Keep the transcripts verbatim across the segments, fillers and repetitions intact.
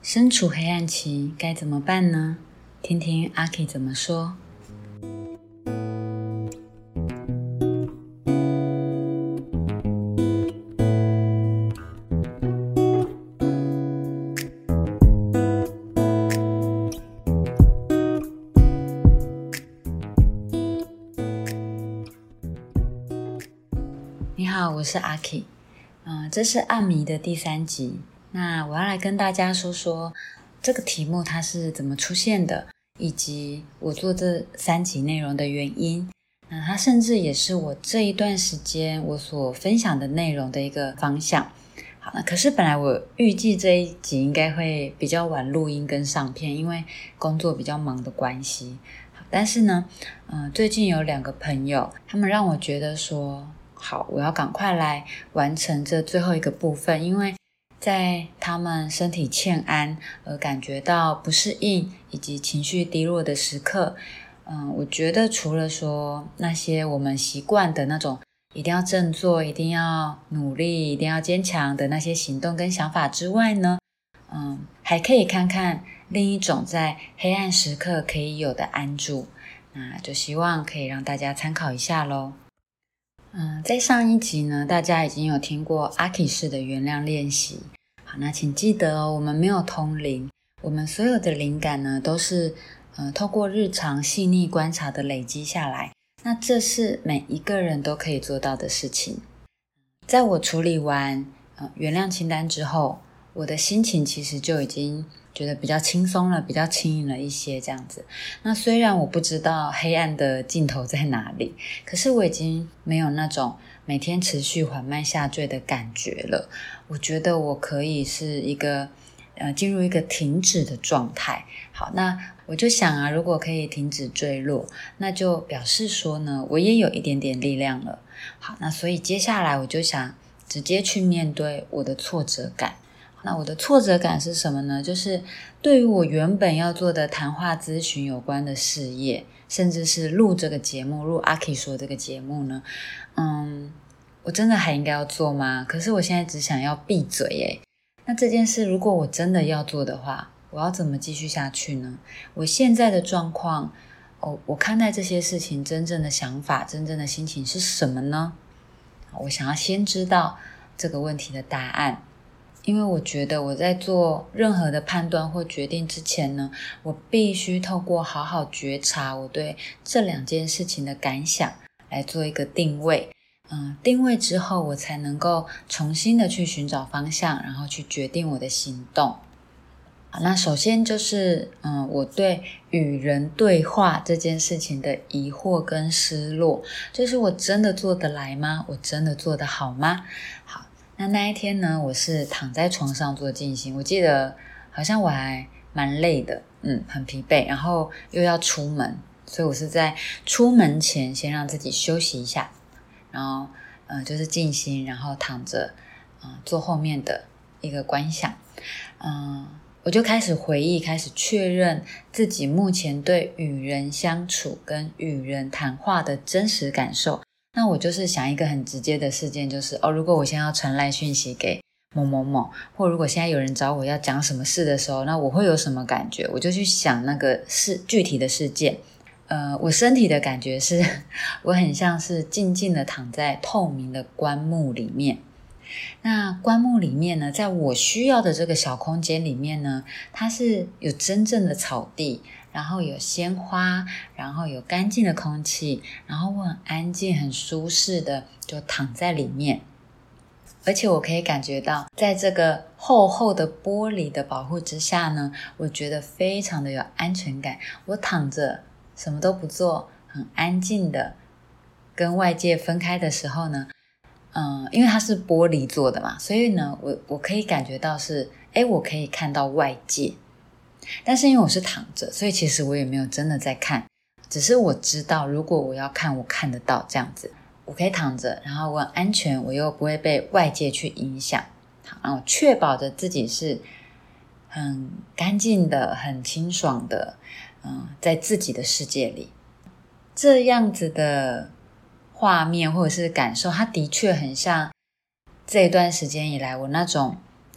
身处黑暗期该怎么办呢？听听阿 K 怎么说。你好，我是阿 K，嗯，这是暗迷的第三集。那我要来跟大家说说这个题目它是怎么出现的，以及我做这三集内容的原因。那它甚至也是我这一段时间我所分享的内容的一个方向。好，那可是本来我预计这一集应该会比较晚录音跟上片，因为工作比较忙的关系。但是呢，呃，最近有两个朋友，他们让我觉得说，好，我要赶快来完成这最后一个部分，因为在他们身体欠安而感觉到不适应以及情绪低落的时刻，嗯，我觉得除了说那些我们习惯的那种一定要振作、一定要努力、一定要坚强的那些行动跟想法之外呢，嗯，还可以看看另一种在黑暗时刻可以有的安住，那就希望可以让大家参考一下咯。嗯，在上一集呢，大家已经有听过阿 K 式的原谅练习。好，那请记得哦，我们没有通灵，我们所有的灵感呢，都是呃透过日常细腻观察的累积下来。那这是每一个人都可以做到的事情。在我处理完呃原谅清单之后，我的心情其实就已经觉得比较轻松了，比较轻盈了一些这样子。那虽然我不知道黑暗的尽头在哪里，可是我已经没有那种每天持续缓慢下坠的感觉了。我觉得我可以是一个呃进入一个停止的状态。好，那我就想啊，如果可以停止坠落，那就表示说呢，我也有一点点力量了。好，那所以接下来我就想直接去面对我的挫折感。那我的挫折感是什么呢？就是对于我原本要做的谈话咨询有关的事业，甚至是录这个节目，录阿 K 说这个节目呢，嗯，我真的还应该要做吗？可是我现在只想要闭嘴耶。那这件事如果我真的要做的话，我要怎么继续下去呢？我现在的状况，哦，我看待这些事情真正的想法，真正的心情是什么呢？我想要先知道这个问题的答案。因为我觉得我在做任何的判断或决定之前呢，我必须透过好好觉察我对这两件事情的感想来做一个定位。嗯，定位之后我才能够重新的去寻找方向，然后去决定我的行动。好，那首先就是嗯，我对与人对话这件事情的疑惑跟失落，就是我真的做得来吗？我真的做得好吗？好，那那一天呢，我是躺在床上做静心，我记得好像我还蛮累的，嗯，很疲惫，然后又要出门，所以我是在出门前先让自己休息一下，然后呃就是静心，然后躺着呃做后面的一个观想。嗯、呃，我就开始回忆，开始确认自己目前对与人相处跟与人谈话的真实感受。那我就是想一个很直接的事件，就是哦，如果我现在要传来讯息给某某某，或如果现在有人找我要讲什么事的时候，那我会有什么感觉？我就去想那个事具体的事件。呃，我身体的感觉是我很像是静静的躺在透明的棺木里面。那棺木里面呢，在我需要的这个小空间里面呢，它是有真正的草地，然后有鲜花，然后有干净的空气，然后我很安静很舒适的就躺在里面。而且我可以感觉到在这个厚厚的玻璃的保护之下呢，我觉得非常的有安全感。我躺着什么都不做，很安静的跟外界分开的时候呢，嗯，因为它是玻璃做的嘛，所以呢我我可以感觉到是诶我可以看到外界。但是因为我是躺着，所以其实我也没有真的在看，只是我知道如果我要看我看得到这样子，我可以躺着，然后我很安全，我又不会被外界去影响。好，然后确保着自己是很干净的很清爽的，嗯，在自己的世界里。这样子的画面或者是感受，它的确很像这一段时间以来我那种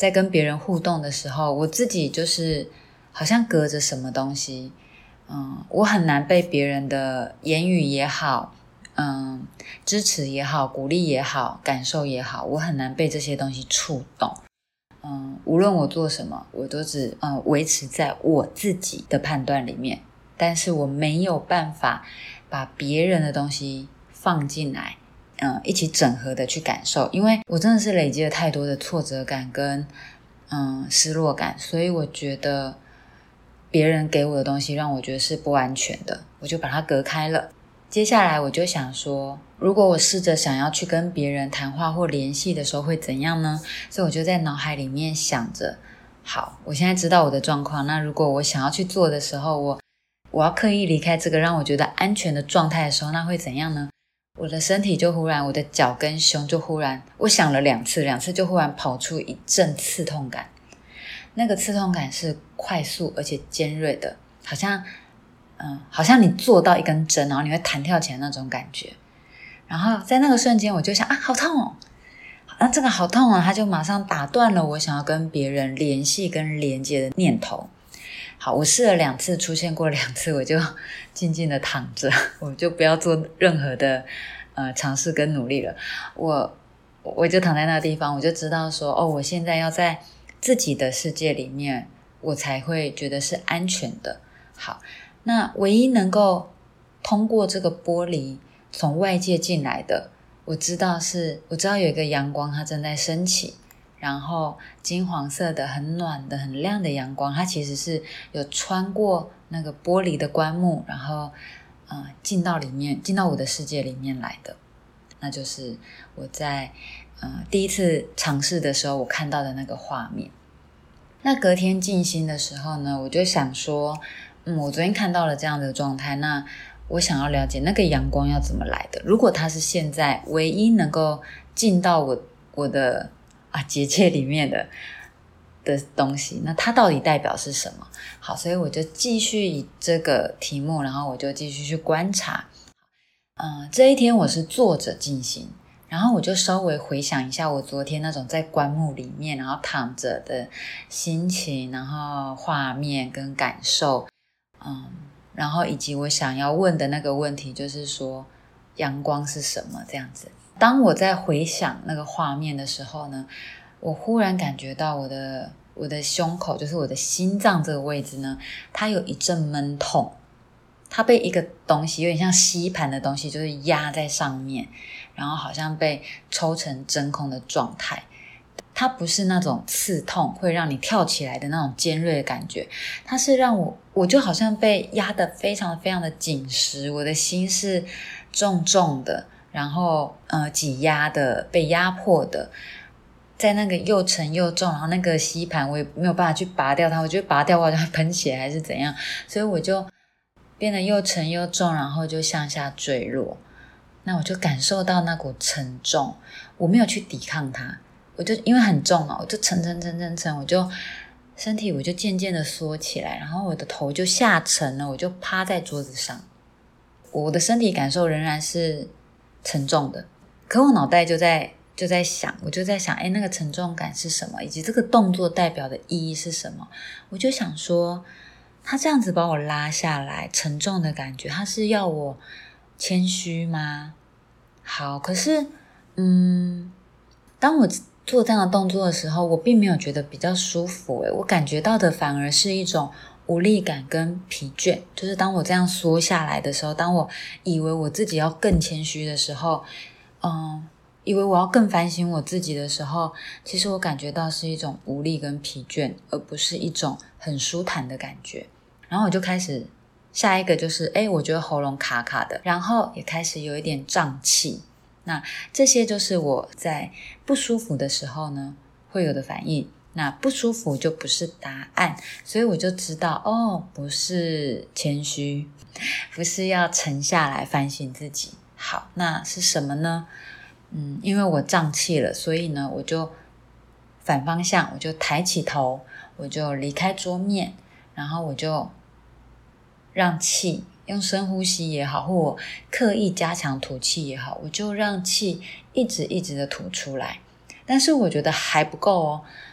在跟别人互动的时候，我自己就是好像隔着什么东西，嗯，我很难被别人的言语也好，嗯，支持也好，鼓励也好，感受也好，我很难被这些东西触动。嗯，无论我做什么，我都只嗯维持在我自己的判断里面，但是我没有办法把别人的东西放进来，嗯，一起整合的去感受，因为我真的是累积了太多的挫折感跟嗯失落感，所以我觉得别人给我的东西让我觉得是不安全的，我就把它隔开了。接下来我就想说，如果我试着想要去跟别人谈话或联系的时候会怎样呢？所以我就在脑海里面想着，好，我现在知道我的状况，那如果我想要去做的时候，我我要刻意离开这个让我觉得安全的状态的时候，那会怎样呢？我的身体就忽然，我的脚跟胸就忽然，我想了两次，两次就忽然跑出一阵刺痛感。那个刺痛感是快速而且尖锐的，好像嗯，好像你做到一根针，然后你会弹跳起来那种感觉。然后在那个瞬间我就想啊，好痛哦，那这个好痛啊，它就马上打断了我想要跟别人联系跟连接的念头。好，我试了两次，出现过两次，我就静静的躺着，我就不要做任何的呃尝试跟努力了。我我就躺在那个地方，我就知道说，哦，我现在要在自己的世界里面，我才会觉得是安全的。好，那唯一能够通过这个玻璃从外界进来的，我知道是，我知道有一个阳光它正在升起，然后金黄色的很暖的很亮的阳光，它其实是有穿过那个玻璃的棺木，然后呃进到里面，进到我的世界里面来的。那就是我在呃第一次尝试的时候我看到的那个画面。那隔天静心的时候呢，我就想说，嗯，我昨天看到了这样的状态，那我想要了解那个阳光要怎么来的。如果它是现在唯一能够进到我我的啊结界里面的的东西，那它到底代表是什么？好，所以我就继续以这个题目，然后我就继续去观察。嗯，这一天我是坐着静心，然后我就稍微回想一下我昨天那种在棺木里面然后躺着的心情，然后画面跟感受，嗯，然后以及我想要问的那个问题，就是说阳光是什么这样子。当我在回想那个画面的时候呢，我忽然感觉到我的我的胸口，就是我的心脏这个位置呢，它有一阵闷痛，它被一个东西有点像吸盘的东西就是压在上面，然后好像被抽成真空的状态。它不是那种刺痛会让你跳起来的那种尖锐的感觉，它是让我我就好像被压得非常非常的紧实，我的心是重重的，然后呃挤压的，被压迫的，在那个又沉又重，然后那个吸盘我也没有办法去拔掉它，我觉得拔掉我好像会喷血还是怎样，所以我就变得又沉又重，然后就向下坠落。那我就感受到那股沉重，我没有去抵抗它，我就因为很重嘛，我就沉沉沉沉沉，我就身体我就渐渐的缩起来，然后我的头就下沉了，我就趴在桌子上。我的身体感受仍然是沉重的，可我脑袋就在就在想，我就在想，哎，那个沉重感是什么，以及这个动作代表的意义是什么。我就想说，他这样子把我拉下来，沉重的感觉，他是要我谦虚吗？好，可是嗯，当我做这样的动作的时候，我并没有觉得比较舒服，我感觉到的反而是一种无力感跟疲倦。就是当我这样缩下来的时候，当我以为我自己要更谦虚的时候，嗯，以为我要更反省我自己的时候，其实我感觉到是一种无力跟疲倦，而不是一种很舒坦的感觉。然后我就开始下一个就是诶我觉得喉咙卡卡的，然后也开始有一点胀气。那这些就是我在不舒服的时候呢会有的反应。那不舒服就不是答案，所以我就知道哦，不是谦虚，不是要沉下来反省自己。好，那是什么呢？嗯，因为我胀气了，所以呢我就反方向，我就抬起头，我就离开桌面，然后我就让气用深呼吸也好，或我刻意加强吐气也好，我就让气一直一直的吐出来。但是我觉得还不够哦，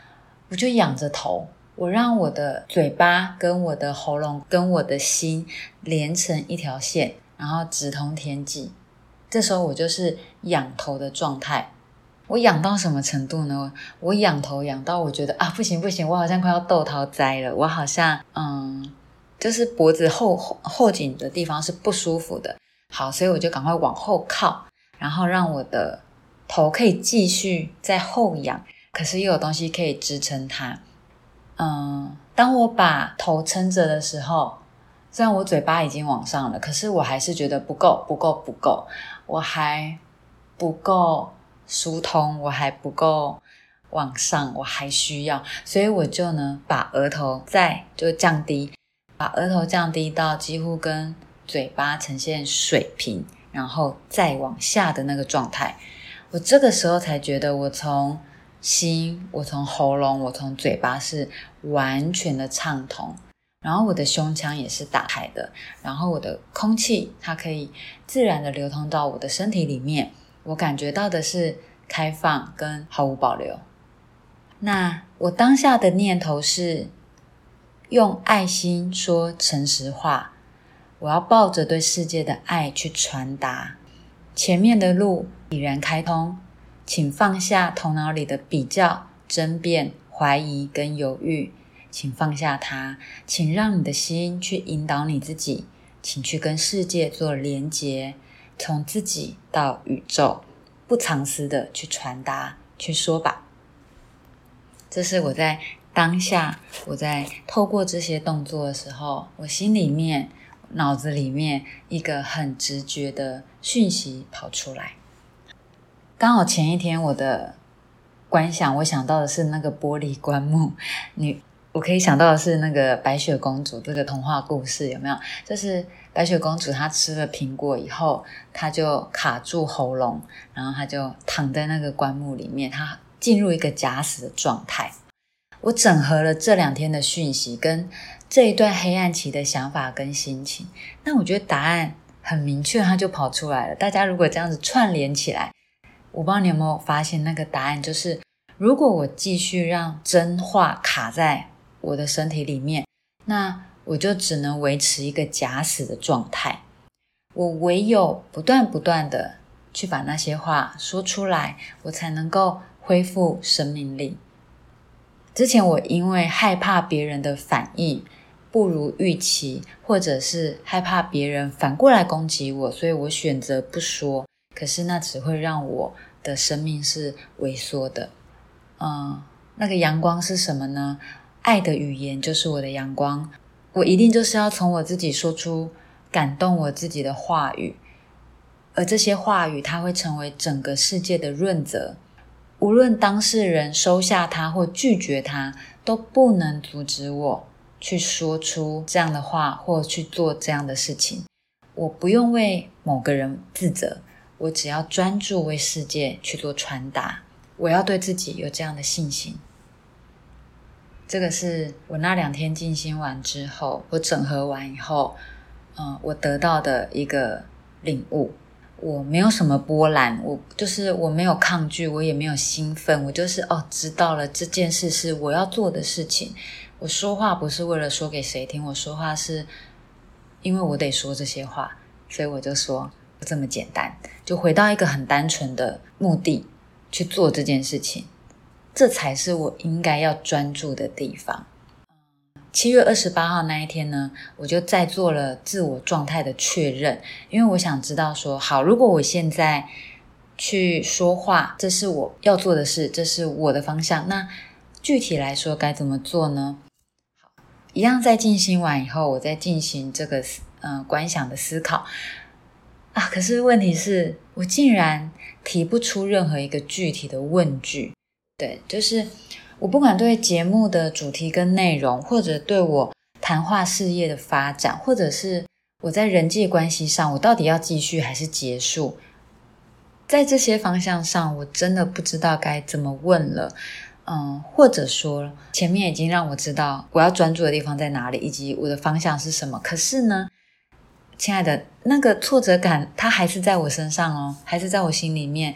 我就仰着头，我让我的嘴巴跟我的喉咙跟我的心连成一条线，然后直通天际。这时候我就是仰头的状态。我仰到什么程度呢？我仰头仰到我觉得啊，不行不行，我好像快要豆桃栽了，我好像嗯，就是脖子后后颈的地方是不舒服的。好，所以我就赶快往后靠，然后让我的头可以继续在后仰，可是又有东西可以支撑它。嗯，当我把头撑着的时候，虽然我嘴巴已经往上了，可是我还是觉得不够不够不够，我还不够疏通，我还不够往上，我还需要，所以我就呢把额头再就降低，把额头降低到几乎跟嘴巴呈现水平，然后再往下的那个状态。我这个时候才觉得我从心，我从喉咙，我从嘴巴是完全的畅通，然后我的胸腔也是打开的，然后我的空气它可以自然的流通到我的身体里面，我感觉到的是开放跟毫无保留。那我当下的念头是用爱心说诚实话，我要抱着对世界的爱去传达。前面的路已然开通，请放下头脑里的比较、争辩、怀疑跟犹豫，请放下它，请让你的心去引导你自己，请去跟世界做连结，从自己到宇宙，不藏私的去传达，去说吧。这是我在当下，我在透过这些动作的时候，我心里面、脑子里面一个很直觉的讯息跑出来。刚好前一天我的观想，我想到的是那个玻璃棺木，你我可以想到的是那个白雪公主这个童话故事，有没有？就是白雪公主她吃了苹果以后，她就卡住喉咙，然后她就躺在那个棺木里面，她进入一个假死的状态。我整合了这两天的讯息跟这一段黑暗期的想法跟心情，那我觉得答案很明确，它就跑出来了。大家如果这样子串联起来，我不知道你有没有发现那个答案，就是如果我继续让真话卡在我的身体里面，那我就只能维持一个假死的状态。我唯有不断不断的去把那些话说出来，我才能够恢复生命力。之前我因为害怕别人的反应不如预期，或者是害怕别人反过来攻击我，所以我选择不说，可是那只会让我的生命是萎缩的。嗯，那个阳光是什么呢？爱的语言就是我的阳光，我一定就是要从我自己说出感动我自己的话语，而这些话语它会成为整个世界的润泽，无论当事人收下它或拒绝它，都不能阻止我去说出这样的话或去做这样的事情。我不用为某个人自责，我只要专注为世界去做传达，我要对自己有这样的信心。这个是我那两天静心完之后，我整合完以后，嗯，我得到的一个领悟。我没有什么波澜，我就是我没有抗拒，我也没有兴奋，我就是哦，知道了这件事是我要做的事情。我说话不是为了说给谁听，我说话是因为我得说这些话，所以我就说这么简单，就回到一个很单纯的目的去做这件事情，这才是我应该要专注的地方。七月二十八号那一天呢，我就再做了自我状态的确认，因为我想知道说，好，如果我现在去说话，这是我要做的事，这是我的方向，那具体来说该怎么做呢？好，一样在静心完以后，我再进行这个呃观想的思考啊，可是问题是我竟然提不出任何一个具体的问句。对，就是我不管对节目的主题跟内容，或者对我谈话事业的发展，或者是我在人际关系上，我到底要继续还是结束，在这些方向上我真的不知道该怎么问了。嗯，或者说前面已经让我知道我要专注的地方在哪里，以及我的方向是什么，可是呢，亲爱的，那个挫折感它还是在我身上哦，还是在我心里面。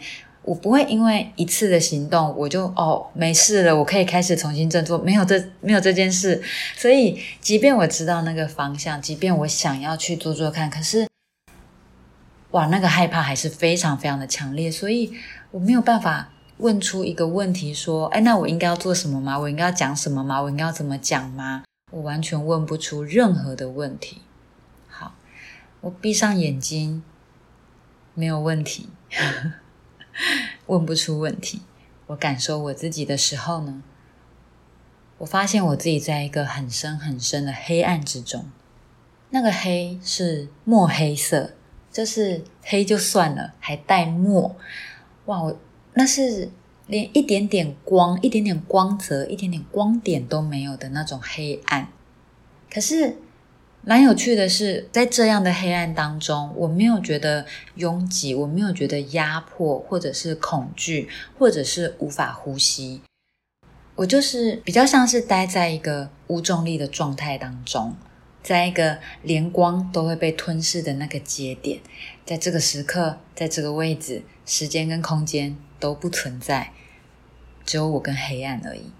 我不会因为一次的行动我就哦没事了，我可以开始重新振作，没有这没有这件事。所以即便我知道那个方向，即便我想要去做做看，可是哇那个害怕还是非常非常的强烈，所以我没有办法问出一个问题说，哎，那我应该要做什么吗？我应该要讲什么吗？我应该要怎么讲吗？我完全问不出任何的问题。好，我闭上眼睛，没有问题问不出问题。我感受我自己的时候呢，我发现我自己在一个很深很深的黑暗之中。那个黑是墨黑色，就是黑就算了，还带墨。哇，我那是连一点点光，一点点光泽，一点点光点都没有的那种黑暗。可是蛮有趣的是，在这样的黑暗当中，我没有觉得拥挤，我没有觉得压迫，或者是恐惧，或者是无法呼吸。我就是比较像是待在一个无重力的状态当中，在一个连光都会被吞噬的那个节点，在这个时刻，在这个位置，时间跟空间都不存在，只有我跟黑暗而已。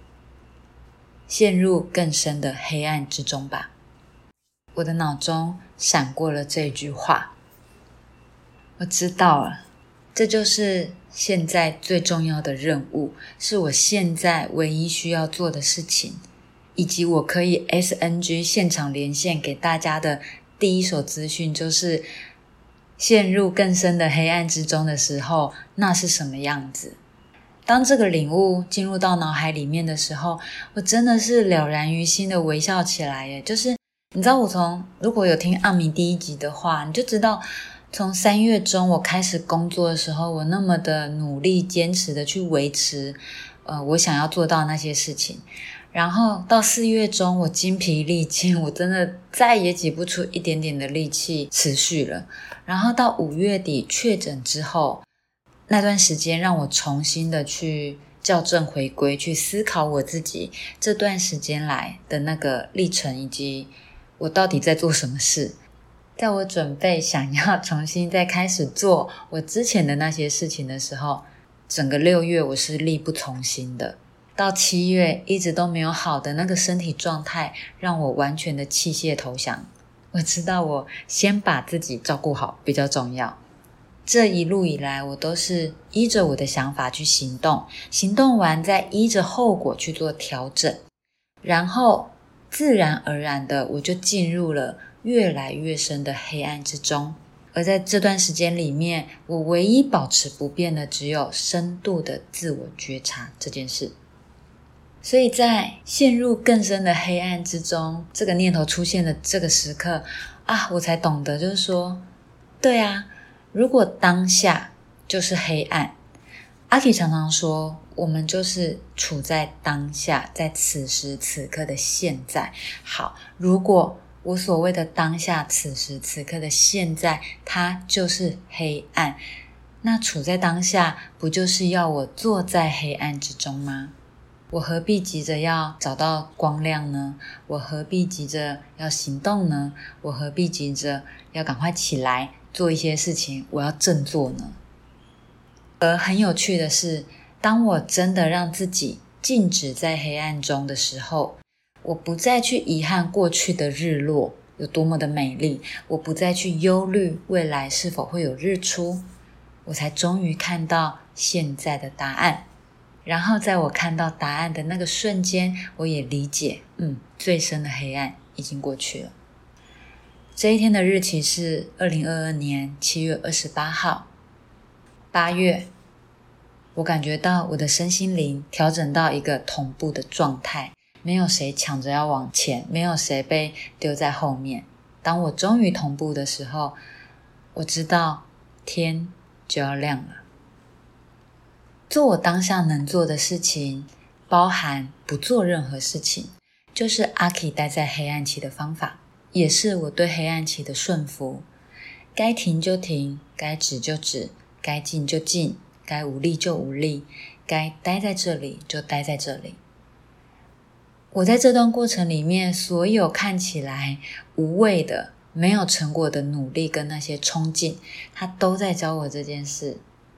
陷入更深的黑暗之中吧。我的脑中闪过了这句话，我知道了，这就是现在最重要的任务，是我现在唯一需要做的事情，以及我可以 S N G 现场连线给大家的第一手资讯，就是陷入更深的黑暗之中的时候，那是什么样子。当这个领悟进入到脑海里面的时候，我真的是了然于心的微笑起来耶。就是你知道我从如果有听阿米第一集的话，你就知道从三月中我开始工作的时候，我那么的努力坚持的去维持呃我想要做到那些事情，然后到四月中我精疲力尽，我真的再也挤不出一点点的力气持续了。然后到五月底确诊之后，那段时间让我重新的去校正回归，去思考我自己这段时间来的那个历程，以及我到底在做什么事。在我准备想要重新再开始做我之前的那些事情的时候，整个六月我是力不从心的。到七月一直都没有好的那个身体状态，让我完全的弃械投降。我知道我先把自己照顾好比较重要。这一路以来，我都是依着我的想法去行动，行动完再依着后果去做调整，然后自然而然的我就进入了越来越深的黑暗之中。而在这段时间里面，我唯一保持不变的只有深度的自我觉察这件事。所以在陷入更深的黑暗之中，这个念头出现的这个时刻啊，我才懂得就是说，对啊，如果当下就是黑暗，阿 K 常常说我们就是处在当下，在此时此刻的现在。好，如果我所谓的当下此时此刻的现在它就是黑暗，那处在当下不就是要我坐在黑暗之中吗？我何必急着要找到光亮呢？我何必急着要行动呢？我何必急着要赶快起来做一些事情，我要振作呢？而很有趣的是，当我真的让自己静止在黑暗中的时候，我不再去遗憾过去的日落有多么的美丽，我不再去忧虑未来是否会有日出，我才终于看到现在的答案。然后在我看到答案的那个瞬间，我也理解，嗯，最深的黑暗已经过去了。这一天的日期是二零二二年七月二十八号。八月，我感觉到我的身心灵调整到一个同步的状态，没有谁抢着要往前，没有谁被丢在后面。当我终于同步的时候，我知道天就要亮了。做我当下能做的事情，包含不做任何事情，就是阿 K 待在黑暗期的方法，也是我对黑暗期的顺服。该停就停，该止就止，该静就静，该无力就无力，该待在这里就待在这里。我在这段过程里面，所有看起来无谓的、没有成果的努力跟那些冲劲，它都在教我这件事。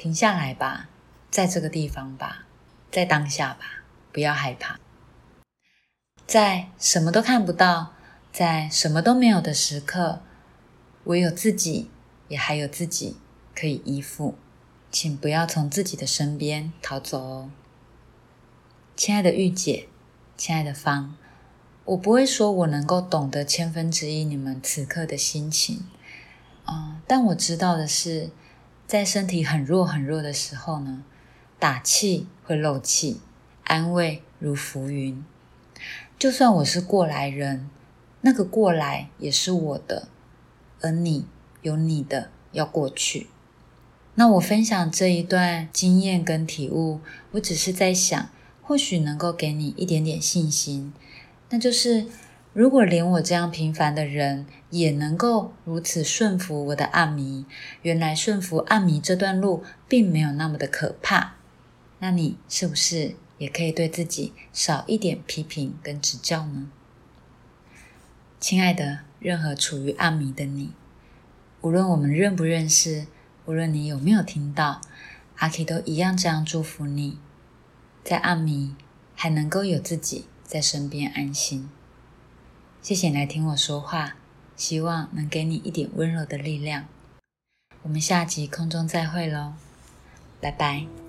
停下来吧，在这个地方吧，在当下吧，不要害怕。在什么都看不到，在什么都没有的时刻，唯有自己，也还有自己可以依附，请不要从自己的身边逃走哦。亲爱的玉姐，亲爱的芳，我不会说我能够懂得千分之一你们此刻的心情，嗯，但我知道的是，在身体很弱很弱的时候呢，打气会漏气，安慰如浮云。就算我是过来人，那个过来也是我的，而你有你的要过去。那我分享这一段经验跟体悟，我只是在想，或许能够给你一点点信心，那就是如果连我这样平凡的人也能够如此顺服我的暗迷，原来顺服暗迷这段路并没有那么的可怕，那你是不是也可以对自己少一点批评跟指教呢？亲爱的，任何处于暗迷的你，无论我们认不认识，无论你有没有听到，阿 K 都一样这样祝福你，在暗迷还能够有自己在身边安心。谢谢你来听我说话，希望能给你一点温柔的力量。我们下集空中再会咯，拜拜。